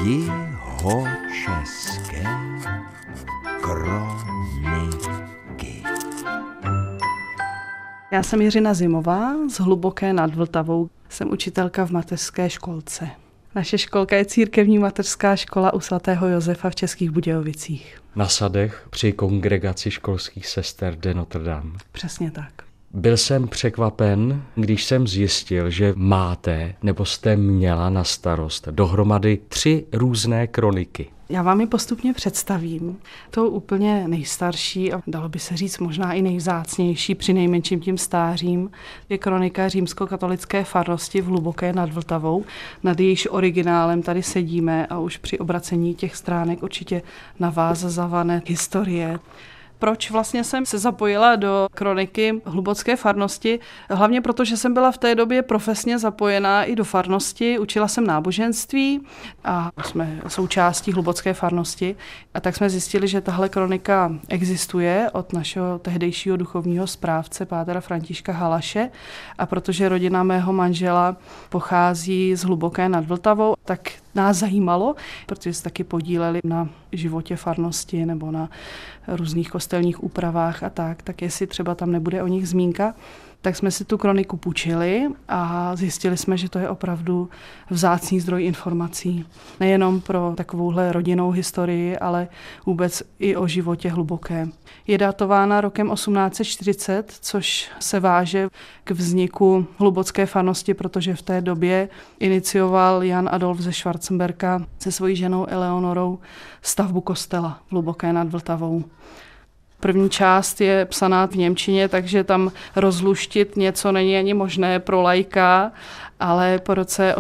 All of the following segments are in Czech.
Jihočeské kroniky. Já jsem Jiřina Zimová z Hluboké nad Vltavou. Jsem učitelka v mateřské školce. Naše školka je církevní mateřská škola u svatého Josefa v Českých Budějovicích. Na Sadech při kongregaci školských sester de Notre Dame. Přesně tak. Byl jsem překvapen, když jsem zjistil, že máte nebo jste měla na starost dohromady 3 různé kroniky. Já vám ji postupně představím. To úplně nejstarší a dalo by se říct možná i nejvzácnější, přinejmenším tím stářím, je kronika římskokatolické farnosti v Hluboké nad Vltavou. Nad jejíž originálem tady sedíme a už při obracení těch stránek určitě na vás zavane historie. Proč vlastně jsem se zapojila do kroniky Hlubocké farnosti? Hlavně proto, že jsem byla v té době profesně zapojená i do farnosti, učila jsem náboženství a jsme součástí Hlubocké farnosti. A tak jsme zjistili, že tahle kronika existuje od našeho tehdejšího duchovního správce pátera Františka Halaše. A protože rodina mého manžela pochází z Hluboké nad Vltavou, tak nás zajímalo, protože se taky podíleli na životě farnosti nebo na různých kostelních úpravách a tak jestli třeba tam nebude o nich zmínka, tak jsme si tu kroniku půjčili a zjistili jsme, že to je opravdu vzácný zdroj informací. Nejenom pro takovouhle rodinnou historii, ale vůbec i o životě Hluboké. Je datována rokem 1840, což se váže k vzniku Hlubocké farnosti, protože v té době inicioval Jan Adolf ze Schwarzenberka se svojí ženou Eleonorou stavbu kostela v Hluboké nad Vltavou. První část je psaná v němčině, takže tam rozluštit něco není ani možné pro laika, ale po roce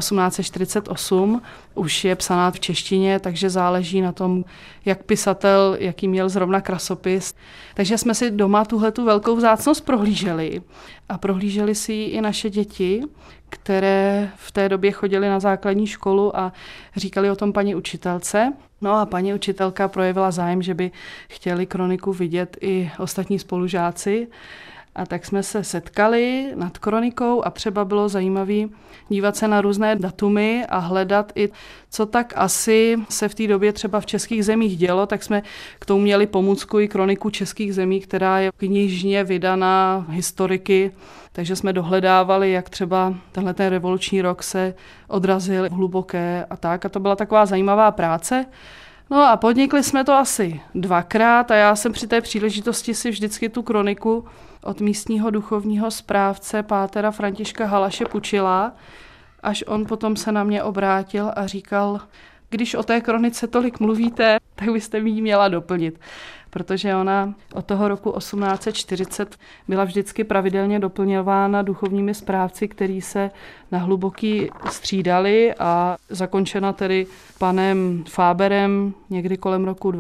1848 už je psaná v češtině, takže záleží na tom, jak pisatel, jaký měl zrovna krasopis. Takže jsme si doma tuhletu velkou vzácnost prohlíželi a prohlíželi si ji i naše děti, které v té době chodily na základní školu a říkali o tom paní učitelce. No a paní učitelka projevila zájem, že by chtěli kroniku vidět i ostatní spolužáci. A tak jsme se setkali nad kronikou a třeba bylo zajímavé dívat se na různé datumy a hledat i, co tak asi se v té době třeba v českých zemích dělo, tak jsme k tomu měli pomůcku i kroniku českých zemí, která je knižně vydaná historiky, takže jsme dohledávali, jak třeba tenhle ten revoluční rok se odrazil v Hluboké a tak. A to byla taková zajímavá práce. No a podnikli jsme to asi 2krát a já jsem při té příležitosti si vždycky tu kroniku od místního duchovního správce pátera Františka Halaše půjčila, až on potom se na mě obrátil a říkal, když o té kronice tolik mluvíte, tak byste mi ji měla doplnit. Protože ona od toho roku 1840 byla vždycky pravidelně doplňována duchovními správci, kteří se na Hluboký střídali a zakončena tedy panem Fáberem někdy kolem roku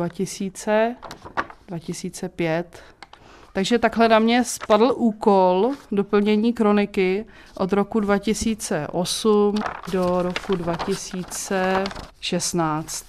2005. Takže takhle na mě spadl úkol doplnění kroniky od roku 2008 do roku 2016.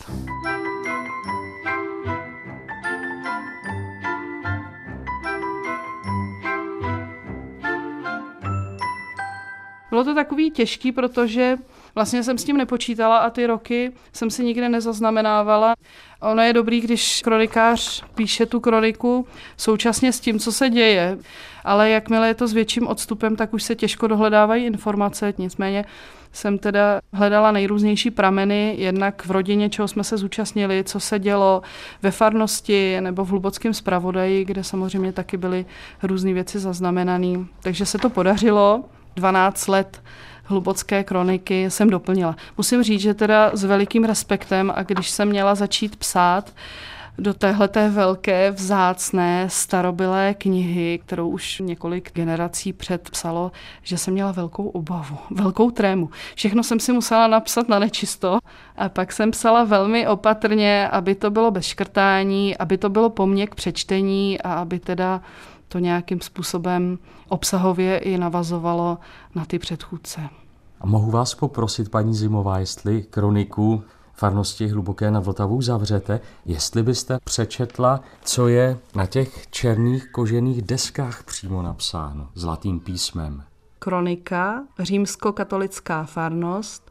Bylo to takový těžký, protože vlastně jsem s tím nepočítala a ty roky jsem si nikde nezaznamenávala. Ono je dobrý, když kronikář píše tu kroniku současně s tím, co se děje, ale jakmile je to s větším odstupem, tak už se těžko dohledávají informace. Nicméně jsem teda hledala nejrůznější prameny, jednak v rodině, čeho jsme se zúčastnili, co se dělo ve farnosti nebo v Hlubockém zpravodaji, kde samozřejmě taky byly různé věci zaznamenané. Takže se to podařilo. 12 let Hlubocké kroniky jsem doplnila. Musím říct, že teda s velikým respektem a když jsem měla začít psát do téhleté velké, vzácné, starobylé knihy, kterou už několik generací předpsalo, že jsem měla velkou obavu, velkou trému. Všechno jsem si musela napsat na nečisto a pak jsem psala velmi opatrně, aby to bylo bez škrtání, aby to bylo po mně k přečtení a aby teda to nějakým způsobem obsahově i navazovalo na ty předchůdce. A mohu vás poprosit, paní Zimová, jestli kroniku farnosti Hluboké nad Vltavou zavřete, jestli byste přečetla, co je na těch černých kožených deskách přímo napsáno zlatým písmem. Kronika, římskokatolická farnost,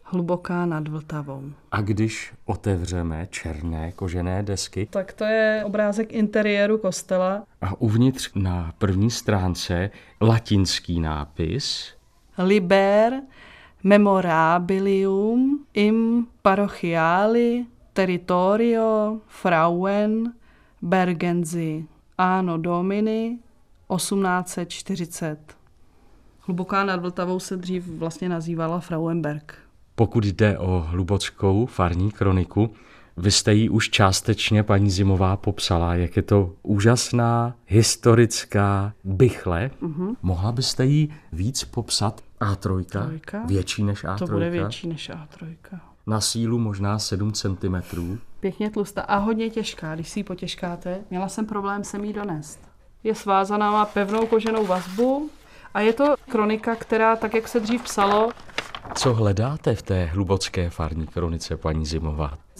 Hluboká nad Vltavou. A když otevřeme černé kožené desky Tak to je obrázek interiéru kostela. a uvnitř na první stránce latinský nápis, Liber memorabilium im parochiali territorio Frauen Bergenzi anno domini 1840. Hluboká nad Vltavou se dřív vlastně nazývala Frauenberg. pokud jde o hlubockou farní kroniku, vy jste ji už částečně, paní Zimová, popsala, jak je to úžasná historická bychle. Mohla byste ji víc popsat? A3, Trojka? větší než A3. To bude větší než A3. Na sílu možná 7 cm. Pěkně tlustá a hodně těžká, když si ji potěžkáte. Měla jsem problém sem jí donést. Je svázaná, má pevnou koženou vazbu a je to kronika, která, tak jak se dřív psalo, Co hledáte v té hlubocké farní kronice, paní Zimová? z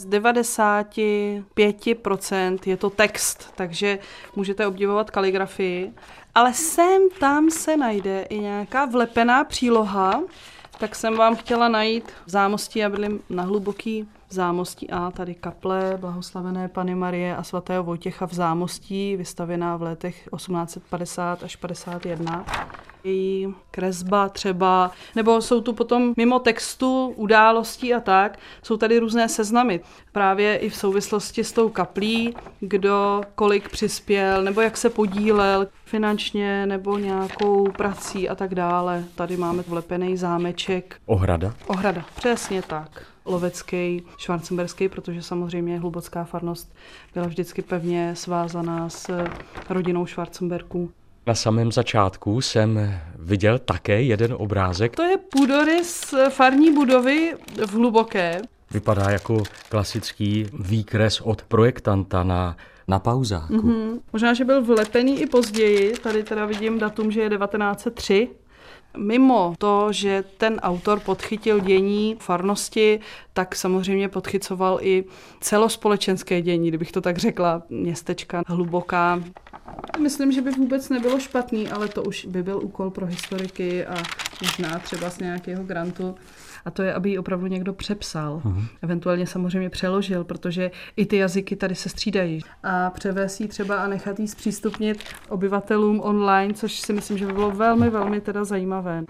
95% je to text, takže můžete obdivovat kaligrafii, ale sem tam se najde i nějaká vlepená příloha, tak jsem vám chtěla najít v Zámostí, já bydlím na Hluboký, v Zámostí A, tady kaple blahoslavené Panny Marie a svatého Vojtěcha v Zámostí, vystavěná v letech 1850 až 51. Její kresba třeba, nebo jsou tu potom mimo textu, událostí a tak, jsou tady různé seznamy. Právě i v souvislosti s tou kaplí, kdo kolik přispěl, nebo jak se podílel finančně, nebo nějakou prací a tak dále. Tady máme vlepený zámeček. Ohrada? Ohrada, přesně tak. Lovecký, švarcemberský, protože samozřejmě hlubocká farnost byla vždycky pevně svázaná s rodinou Schwarzenbergů. Na samém začátku jsem viděl také jeden obrázek. To je půdorys farní budovy v Hluboké. Vypadá jako klasický výkres od projektanta na pauzáku. Možná, že byl vlepený i později. Tady teda vidím datum, že je 1903. Mimo to, že ten autor podchytil dění farnosti, tak samozřejmě podchycoval i celospolečenské dění, kdybych to tak řekla, městečka Hluboká. Myslím, že by vůbec nebylo špatný, ale to už by byl úkol pro historiky a možná třeba z nějakého grantu. A to je, aby ji opravdu někdo přepsal. Eventuálně samozřejmě přeložil, protože i ty jazyky tady se střídají. A převést ji třeba a nechat ji zpřístupnit obyvatelům online, což si myslím, že by bylo velmi, velmi teda zajímavé.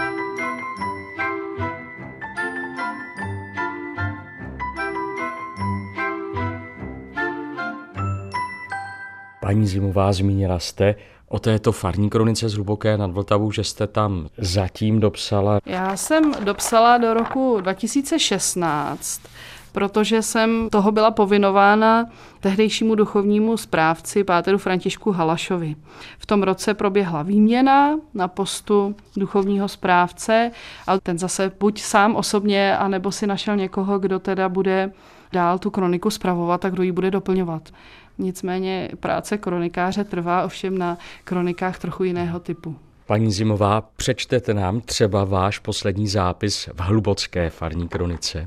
Paní Zimová, zmínila jste o této farní kronice z Hluboké nad Vltavou, že jste tam zatím dopsala. Já jsem dopsala do roku 2016, protože jsem toho byla povinována tehdejšímu duchovnímu správci páteru Františku Halašovi. V tom roce proběhla výměna na postu duchovního správce, ale ten zase buď sám osobně, anebo si našel někoho, kdo teda bude dál tu kroniku spravovat a kdo ji bude doplňovat. Nicméně práce kronikáře trvá ovšem na kronikách trochu jiného typu. Paní Zimová, přečtete nám třeba váš poslední zápis v Hlubocké farní kronice.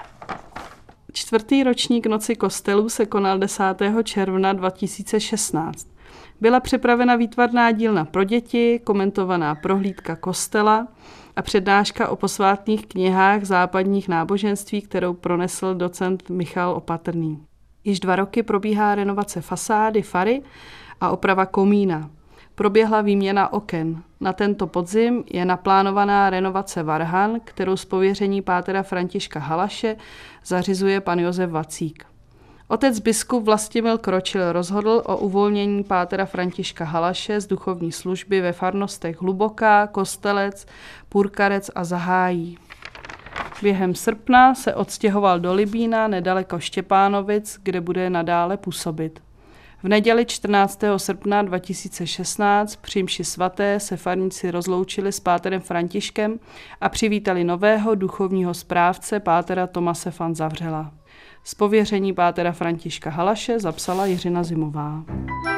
4. ročník Noci kostelů se konal 10. června 2016. Byla připravena výtvarná dílna pro děti, komentovaná prohlídka kostela a přednáška o posvátných knihách západních náboženství, kterou pronesl docent Michal Opatrný. Již 2 roky probíhá renovace fasády fary a oprava komína. Proběhla výměna oken. Na tento podzim je naplánovaná renovace varhan, kterou z pověření pátera Františka Halaše zařizuje pan Josef Vacík. Otec biskup Vlastimil Kročil rozhodl o uvolnění pátera Františka Halaše z duchovní služby ve farnostech Hluboká, Kostelec, Purkarec a Zahájí. Během srpna se odstěhoval do Libína nedaleko Štěpánovic, kde bude nadále působit. V neděli 14. srpna 2016 při mši svaté se farníci rozloučili s páterem Františkem a přivítali nového duchovního správce pátera Tomase van Zavřela. Z pověření pátera Františka Halaše zapsala Jiřina Zimová.